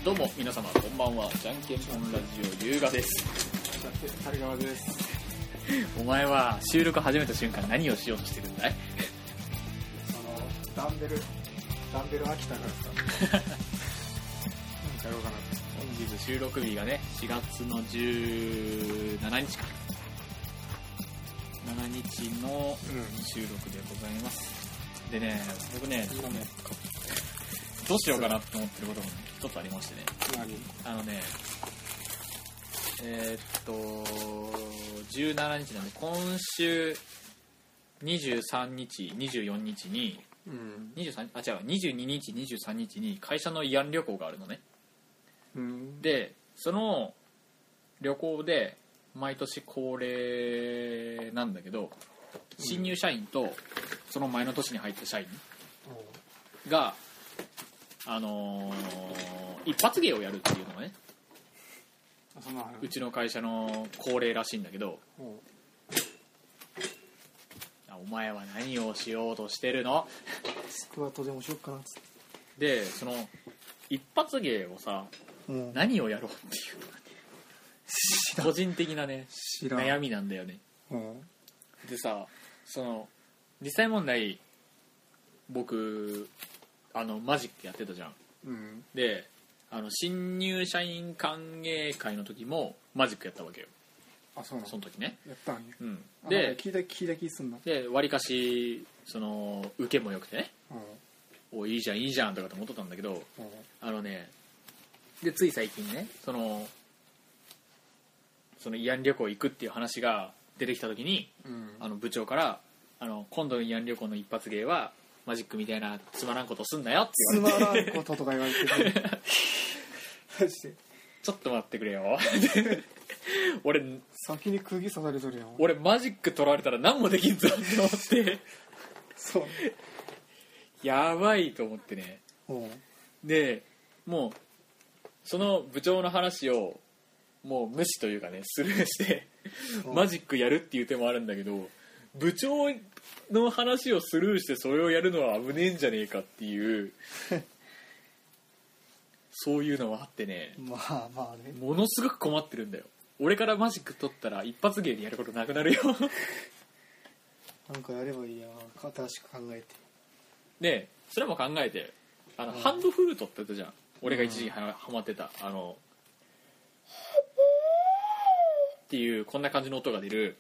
どうも皆様こんばんは。じゃんけんぽんラジオ優雅です。 谷川です。 お前は収録始めた瞬間何をしようとしてるんだい？ ダンベル飽きたからさなんかやろうかな。 本日収録日がね4月の17日か7日の収録でございます。でね、僕ねどうしようかなって思ってることもちょっとありましてね。17日なんで今週23日24日に、22日23日に会社の慰安旅行があるのね。でその旅行で毎年恒例なんだけど、新入社員とその前の年に入った社員が一発芸をやるっていうのがね、うちの会社の恒例らしいんだけど、お前は何をしようとしてるの？ スクワットでもしよっかなっつってでその一発芸をさ、何をやろうっていうのがね個人的なね悩みなんだよね。でさ、その実際問題僕マジックやってたじゃん。で新入社員歓迎会の時もマジックやったわけよ。 あ、そうなの。 その時ねやったんや。 で聞いた気すんな。 でわりかしその受けも良くてね、おいいじゃんいいじゃんとかと思ってたんだけど、でつい最近ねその慰安旅行行くっていう話が出てきた時に、部長から今度の慰安旅行の一発芸はマジックみたいなつまらんことすんなよって言われて、 つまらんこととか言われてマジでちょっと待ってくれよ俺先に釘刺されとるやん。 俺マジック取られたら何もできんぞって思ってそうやばいと思ってね。でもうその部長の話をもう無視というかねスルーしてマジックやるっていう手もあるんだけど、部長の話をスルーしてそれをやるのは危ねえんじゃねえかっていうそういうのはあってね、 まあね、 ものすごく困ってるんだよ。俺からマジック取ったら一発芸でやることなくなるよなんかやればいいや。新しく考えて。 でそれも考えてハンドフルートって言ったじゃん。俺が一時期ハマってたっていうこんな感じの音が出る、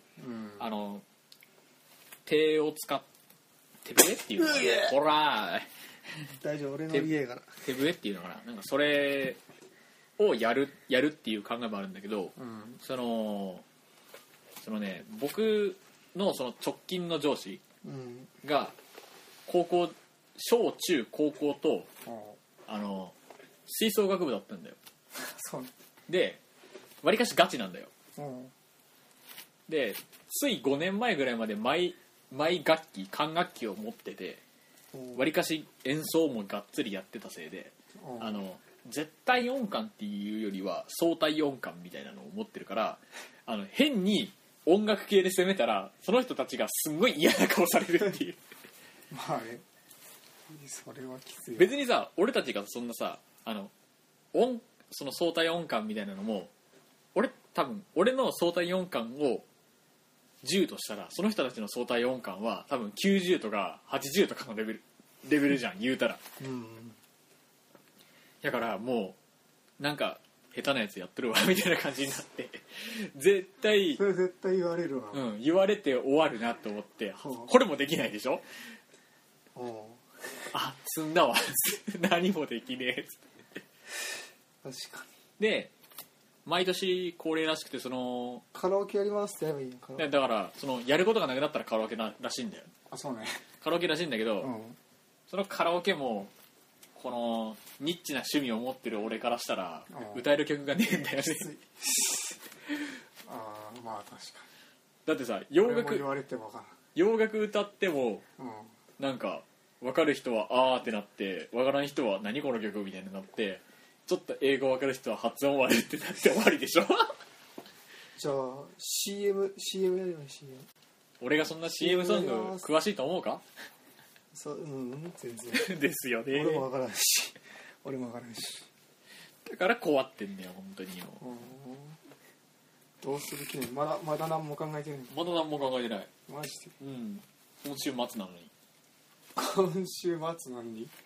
手を使って手笛っていうのかな、ほら大丈夫、俺の家やから。 手笛っていうのかな、なんかそれをやるっていう考えもあるんだけど、そのね僕のその直近の上司が小中高校と吹奏楽部だったんだよ。 そうでわりかしガチなんだよ。でつい5年前ぐらいまで毎楽器管楽器を持っててわりかし演奏もがっつりやってたせいで絶対音感っていうよりは相対音感みたいなのを持ってるから変に音楽系で攻めたらその人たちがすんごい嫌な顔されるっていうまあね、それはきつい。 別にさ俺たちがそんなさその相対音感みたいなのも多分俺の相対音感を10としたらその人たちの相対音感は多分90とか80とかのレベルじゃん言うたら。だからもうなんか下手なやつやってるわみたいな感じになって絶対それ絶対言われるわ。 言われて終わるなと思ってこれもできないでしょ。あ、積んだわ何もできねえっつって確かに。で毎年恒例らしくてカラオケやりますってやればいいの。 だからやることがなくなったらカラオケらしいんだよ。 あ、そうね。 カラオケらしいんだけど、そのカラオケもこのニッチな趣味を持ってる俺からしたら歌える曲がねえんだよねまあ確かに。 だってさ洋楽歌っても、なんか分かる人はあーってなって分からん人は何この曲みたいになって、ちょっと英語分かる人は発音悪いってなって終わりでしょじゃあ CM やればいい。 CM。 俺がそんな CM ソング詳しいと思うか？ そう、全然ですよね。 俺も分からんしだから怖ってんだよ本当によ。 どうする気ね。まだ何も考えてない。 まだ何も考えてない。 マジで。 うん。今週末なのに。 今週末なのに。 うん。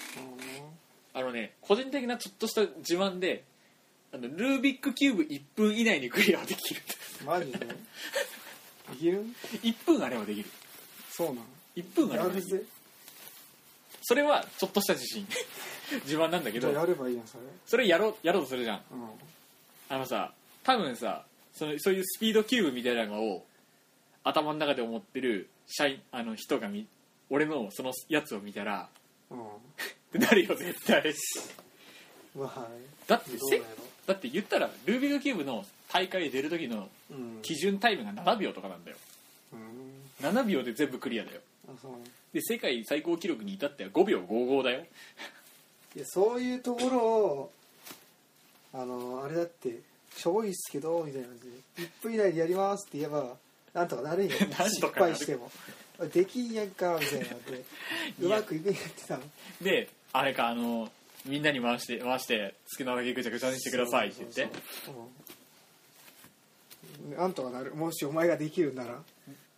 個人的なちょっとした自慢で、ルービックキューブ1分以内にクリアできる。 マジで。できる ？1分あればできる。 そうなの。 1分あればできる。それはちょっとした自信。自慢なんだけど。 じゃあやればいいやんそれ。 それやろうとするじゃん。さ、多分さ、そういうスピードキューブみたいなのを頭の中で思ってる人が俺のそのやつを見たら、ってなるよ絶対。 まあ、 だって言ったらルービックキューブの大会出る時の基準タイムが7秒とかなんだよ。7秒で全部クリアだよ。で世界最高記録に至っては5秒55だよ。 いやそういうところをあれだってしょぼいっすけどみたいな感じで1分以内でやりますって言えばなんとかなるんよ。失敗してもできんやんかみたいなでうまくいくんやってたのであれかみんなに回して好きなだけぐちゃぐちゃにしてくださいって言って、 なんとかなる。もしお前ができるなら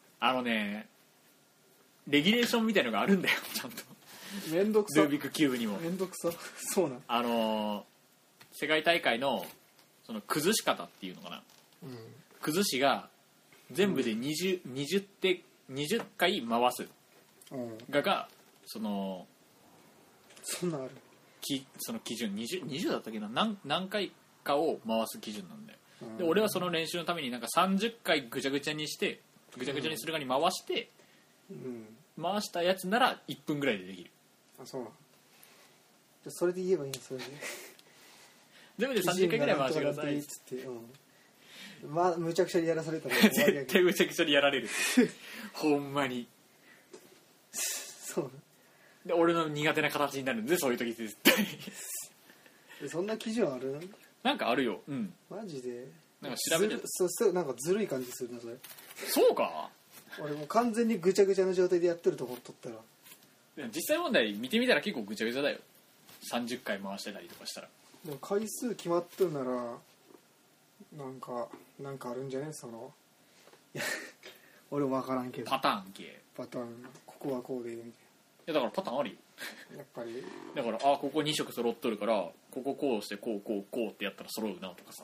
レギュレーションみたいのがあるんだよちゃんと。 めんどくさ。 ルービックキューブにもめんどくさ。そうなん。 世界大会のその崩し方っていうのかな、崩しが全部で20回回すがそんなんある。 その基準 20だったっけな、何回かを回す基準なんだよ。で俺はその練習のためになんか30回ぐちゃぐちゃにしてぐちゃぐちゃにする側に回して、回したやつなら1分ぐらいでできる。 あ、そうなん。じゃそれで言えばいいの。それで全部で30回ぐらい回してくださいっつって、 まあむちゃくちゃにやらされたら絶対むちゃくちゃにやられる。ほんまに。 そうで俺の苦手な形になるんでそういう時絶対。 そんな基準ある？ なんかあるよ。 マジで。 なんか調べてそうなんかずるい感じするなそれ。 そうか。 俺もう完全にぐちゃぐちゃの状態でやってると思っとったら。 実際問題見てみたら結構ぐちゃぐちゃだよ。30回回してたりとかしたら。 でも回数決まってるならなんかあるんじゃねその。いや俺も分からんけど。 パターン系。 パターンここはこうでみたいな。 いやだからパターンあるよ。 やっぱり。 だからここ2色揃っとるからこここうしてこうってやったら揃うなとかさ。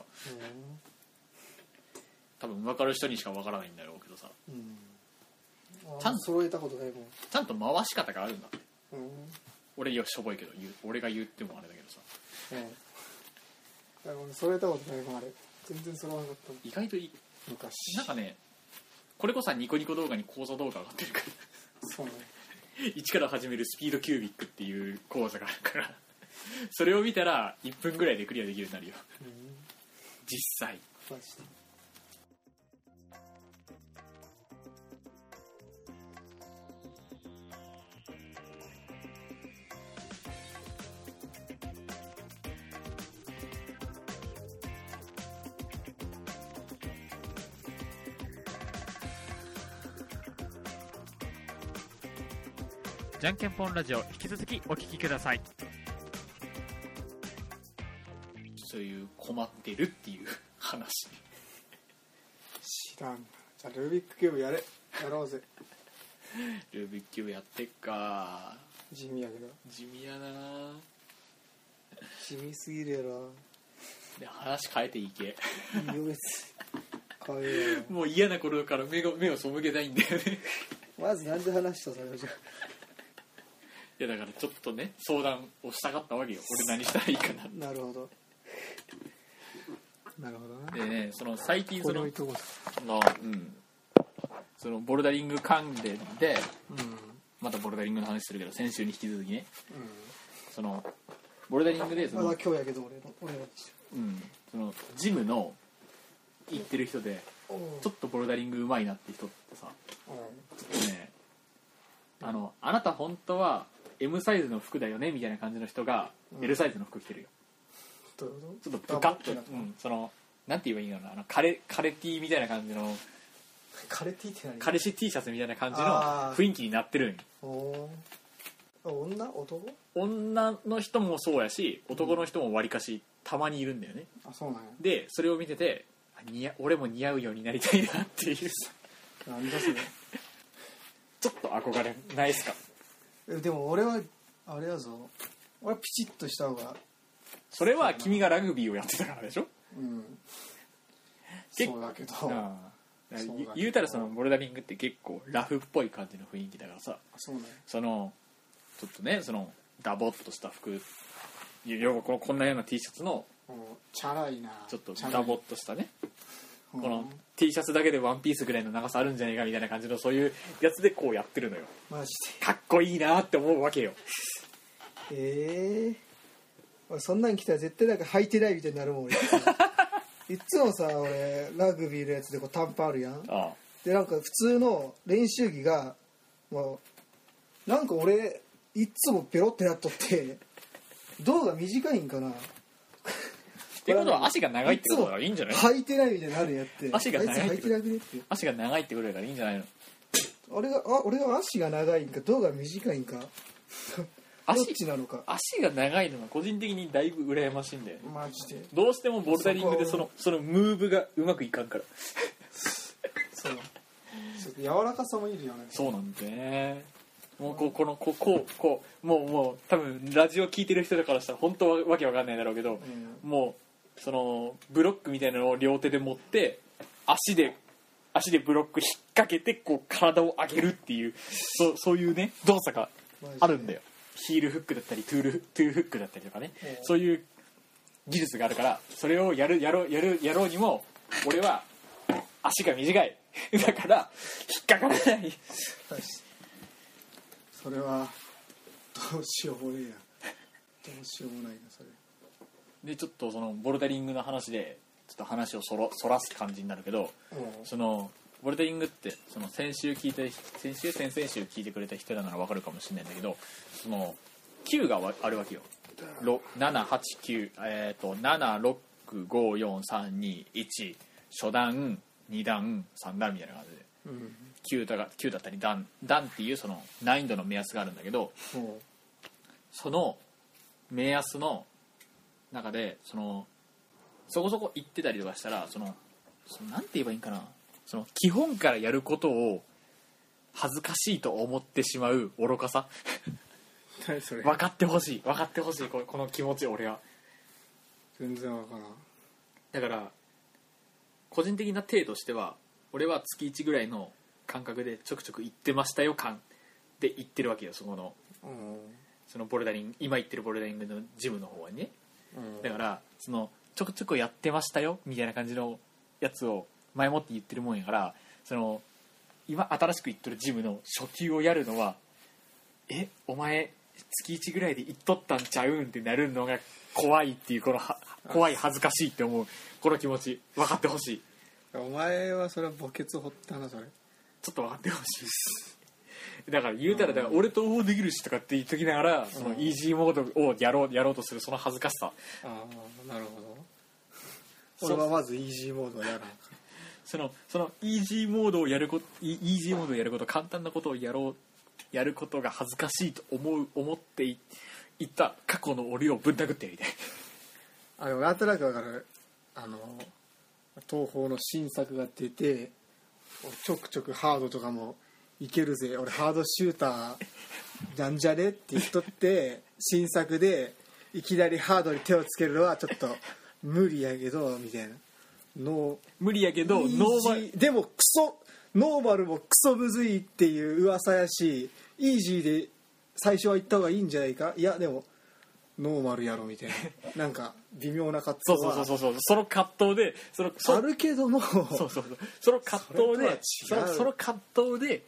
多分分かる人にしか分からないんだろうけどさ。 ちゃんと揃えたことないもん。 ちゃんと回し方があるんだって。俺しょぼいけど俺が言ってもあれだけどさ。 揃えたことないもんあれ。全然揃わなかったもん。 意外といい。 昔。 なんかねこれこそニコニコ動画に講座動画上がってるから。 そうね。 一から始めるスピードキュービックっていう講座があるからそれを見たら1分ぐらいでクリアできるようになるよ。実際。 マジで。 じゃんけんぽんラジオ引き続きお聞きください。そういう困ってるっていう話。 知らん。じゃあルービックキューブやろうぜ。 ルービックキューブやってっか。 地味やけど。 地味やな。 地味すぎるやろ。 で話変えていけ。 いいよ別に。変えよう。 もう嫌な頃から目を背けたいんだよね。 まずなんで話したそれをじゃあ。 いやだからちょっとね相談をしたかったわけよ。俺何したらいいかな。 なるほどな。 でねその最近そのボルダリング関連で、またボルダリングの話するけど先週に引き続きね、そのボルダリングでまだ今日やけど俺のそのジムの行ってる人でちょっとボルダリング上手いなって人ってさ、ちょっとねあなた本当はM サイズの服だよねみたいな感じの人が L サイズの服着てるよ。 どういうこと？ ちょっとブカッとそのなんて言えばいいのかな、カレティみたいな感じのカレティって何？ 彼氏 T シャツみたいな感じの雰囲気になってるんよ。 女の人もそうやし男の人もわりかしたまにいるんだよね、 あ、そうなんや。 でそれを見てて俺も似合うようになりたいなっていうなんだそれ。 ちょっと憧れないっすか。 でも俺はあれやぞ、俺はピチッとした方が。 それは君がラグビーをやってたからでしょ。 うん、そうだけど、 言うたらそのボルダリングって結構ラフっぽい感じの雰囲気だからさ、 そうね、 そのちょっとねそのダボっとした服、要はこんなような T シャツのチャラいな、 ちょっとダボっとしたね、この T シャツだけでワンピースぐらいの長さあるんじゃねえかみたいな感じのそういうやつでこうやってるのよ。 マジでかっこいいなって思うわけよ。 俺そんなん着たら絶対なんか履いてないみたいになるもん俺。いつもさ、俺ラグビーのやつでこう短パンあるやん。 ああでなんか普通の練習着がもうなんか俺いつもペロってなっとって胴が短いんかな。 ってことは足が長いってことだからいいんじゃない？ 履いてないみたいになるんやって。 足が長いってあいつ履いてなくねって。 足が長いってことだからいいんじゃないの？ 俺が足が長いんか胴が短いんかどっちなのか。 足が長いのが個人的にだいぶ羨ましいんだよね。 マジで。 どうしてもボルダリングでそのムーブがうまくいかんから。 そう。ちょっと柔らかさもいるよね。 そうなんだね。もうもう多分ラジオ聞いてる人だからしたら本当はわけわかんないだろうけど、もうそのブロックみたいなのを両手で持って足でブロック引っ掛けてこう体を上げるっていうそういうね動作があるんだよ。ヒールフックだったりトゥーフックだったりとかね、そういう技術があるからそれをやろうにも俺は足が短いだから引っかからない。 それはどうしようもねえや。どうしようもないなそれで。ちょっとそのボルダリングの話でちょっと話をそらす感じになるけど、そのボルダリングってその先々週聞いてくれた人なら分かるかもしれないんだけど、その9があるわけよ。7897654321初段2段3段みたいな感じで、9だったり段っていうその難易度の目安があるんだけど、その目安の中でそこそこ行ってたりとかしたらそのなんて言えばいいんかな、その基本からやることを恥ずかしいと思ってしまう愚かさ何それ。 分かってほしいこの気持ち。俺は全然分からん。 だから個人的な体としては俺は月1ぐらいの感覚でちょくちょく行ってましたよ感で行ってるわけよ。そのボルダリング、今行ってるボルダリングのジムの方はね、だからそのちょくちょくやってましたよみたいな感じのやつを前もって言ってるもんやから、その今新しく行ってるジムの初級をやるのはお前月1ぐらいで行っとったんちゃうんってなるのが怖いっていう、この怖い恥ずかしいって思うこの気持ち分かってほしい。 お前はそれは墓穴掘ったなそれ。 ちょっと分かってほしいだから言うたら俺と応募できるしとかって言っときながら、そのイージーモードをやろうとするその恥ずかしさ。 ああなるほど。俺はまずイージーモードをやらんか。 そのイージーモードをやること簡単なことをやることが恥ずかしいと思っていった過去の俺をぶん殴ってやりたい。 でもなんとなく分かる。東宝の新作が出てちょくちょくハードとかもいけるぜ、俺ハードシューターなんじゃねって言っとって新作でいきなりハードに手をつけるのはちょっと無理やけどみたいな。 無理やけどノーマルでもノーマルもクソむずいっていう噂やし、イージーで最初は行った方がいいんじゃないか。いやでもノーマルやろみたいななんか微妙な葛藤はそうその葛藤であるけどもその葛藤で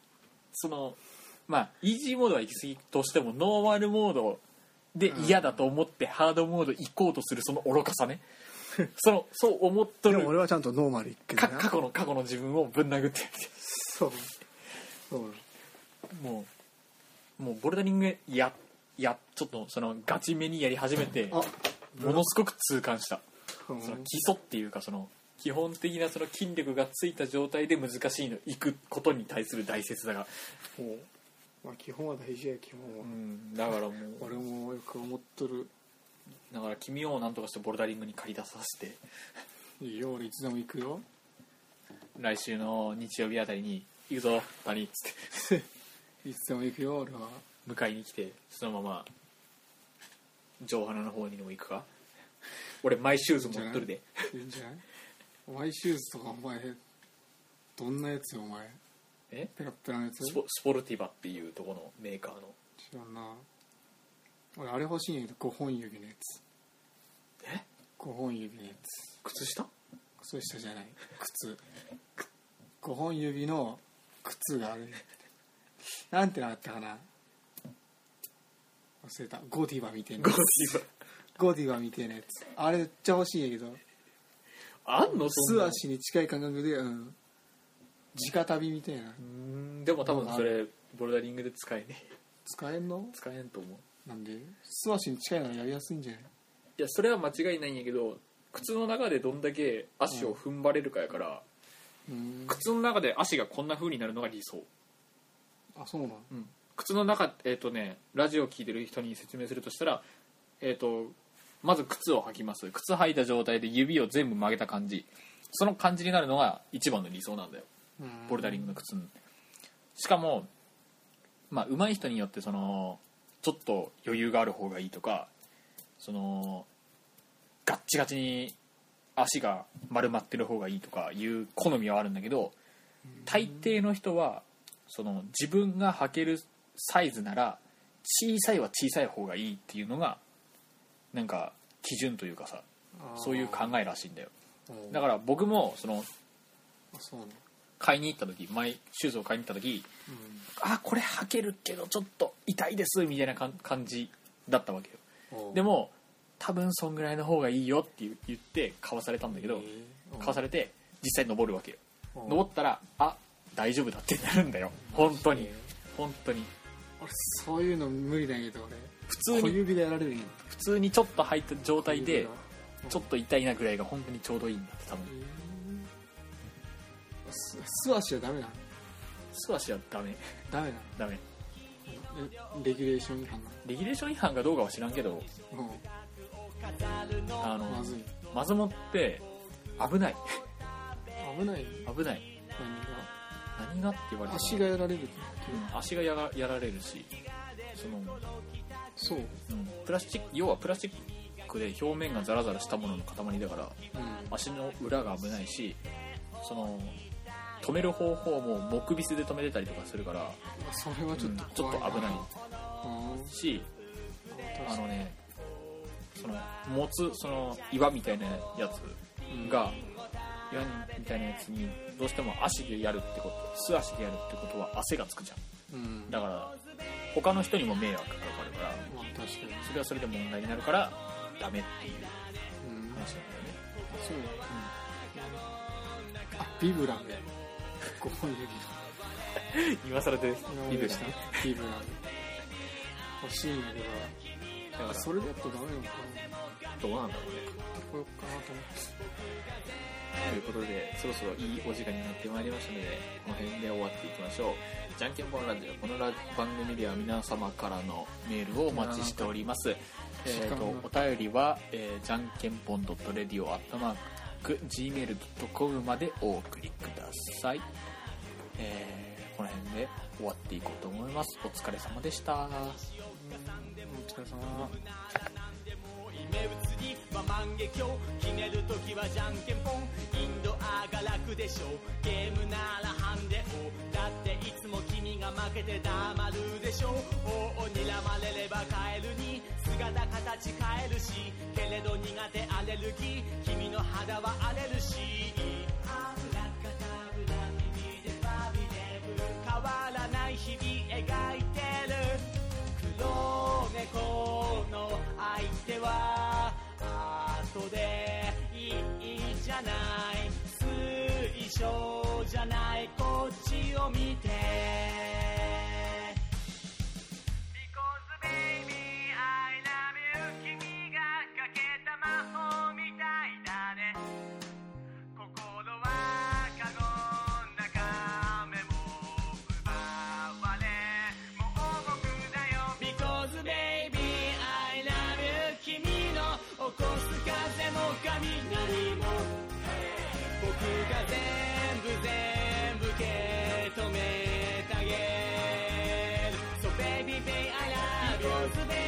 まあイージーモードは行き過ぎとしてもノーマルモードで嫌だと思ってハードモード行こうとするその愚かさねそう思っとる。 でも俺はちゃんとノーマル行くな。 過去の自分をぶん殴ってやる。 そうもうボルダリングちょっとそのガチめにやり始めてものすごく痛感した。その基礎っていうかその基本的なその筋力がついた状態で難しいの行くことに対する大切さが。 まあ基本は大事や基本は、 だからもう俺もよく思っとる。 だから君をなんとかしてボルダリングに借り出させていいよ俺いつでも行くよ。 来週の日曜日あたりに行くぞ谷っつっていつでも行くよ俺は。 迎えに来てそのまま城原の方にでも行くか。俺マイシューズ持っとるで。 いいんじゃない。マイシューズとかお前どんなやつよお前。ペラペラのやつ。 スポルティバっていうとこのメーカーの。 知らんな。俺あれ欲しいんやけど5本指のやつ。5本指のやつ。 靴下？ 靴下じゃない靴。5本指の靴がある。なんてなったかな。忘れた。ゴディバみたいなやつ。ゴディバみたいなやつ。あれめっちゃ欲しいんやけど。 あんの？ 素足に近い感覚で、直旅みたいな。 でも多分それボルダリングで使えねえ。 使えんの？ 使えんと思う。 なんで？素足に近いのがやりやすいんじゃない？ いやそれは間違いないんやけど、靴の中でどんだけ足を踏ん張れるかやから、靴の中で足がこんな風になるのが理想。 あ、そうなの？ 靴の中ラジオを聞いてる人に説明するとしたら、まず靴を履きます。靴履いた状態で指を全部曲げた感じ、その感じになるのが一番の理想なんだよ、ボルダリングの靴。しかもまあ上手い人によってそのちょっと余裕がある方がいいとか、そのガッチガチに足が丸まってる方がいいとかいう好みはあるんだけど、大抵の人はその自分が履けるサイズなら小さいは小さい方がいいっていうのがなんか基準というかさ、そういう考えらしいんだよ。だから僕もその買いに行った時、マイシューズを買いに行った時、これ履けるけどちょっと痛いですみたいな感じだったわけよ。でも多分そんぐらいの方がいいよって言って買わされたんだけど、買わされて実際登るわけよ。登ったら大丈夫だってなるんだよ。本当に本当に。 俺そういうの無理だけど、俺普通に小指でやられるんや。 普通にちょっと履いた状態でちょっと痛いなぐらいが本当にちょうどいいんだって多分。 素足はダメなの？素足はダメなの？ ダメ。 レギュレーション違反なの？ レギュレーション違反がどうかは知らんけど、まずい。まずもって危ない。 危ない。 何がって言われて足がやられる。 足がやられるし、プラスチック、要はプラスチックで表面がザラザラしたものの塊だから、足の裏が危ないし、その止める方法も木ビスで止めてたりとかするから、 それはちょっと危ないし、その持つその岩みたいなやつが、岩みたいなやつにどうしても足でやるってこと、素足でやるってことは汗がつくじゃん、だから他の人にも迷惑がかかるから、それはそれで問題になるからダメっていう話なんだよね。 そうだ。ビブランで5本指今更でビブラン欲しいんだけど、だからそれでやっとダメなのかな。 どうなんだろうね。 こよっかなと思って。 ということでそろそろいいお時間になってまいりましたので、この辺で終わっていきましょう。じゃんけんぽんラジオ、この番組では皆様からのメールをお待ちしております。お便りは、じゃんけんぽん.radio@gmail.com までお送りください。この辺で終わっていこうと思います。お疲れ様でした。お疲れ様。 目移りは万華鏡、決めるときはじゃんけんぽん。インドアが楽でしょう、ゲームならハンデを。だっていつも君が負けて黙るでしょう。王を睨まれればカエルに姿形変えるし、けれど苦手アレルギー、君の肌は荒れるし。アブラカタブラ耳でバビレブ、変わらない日々描いてる。黒猫の相手は後でいいじゃない、水晶じゃない、こっちを見て。 Because baby I love you、 君がかけた魔法みたいだね。心はカゴの中、目も奪われ、もうすべ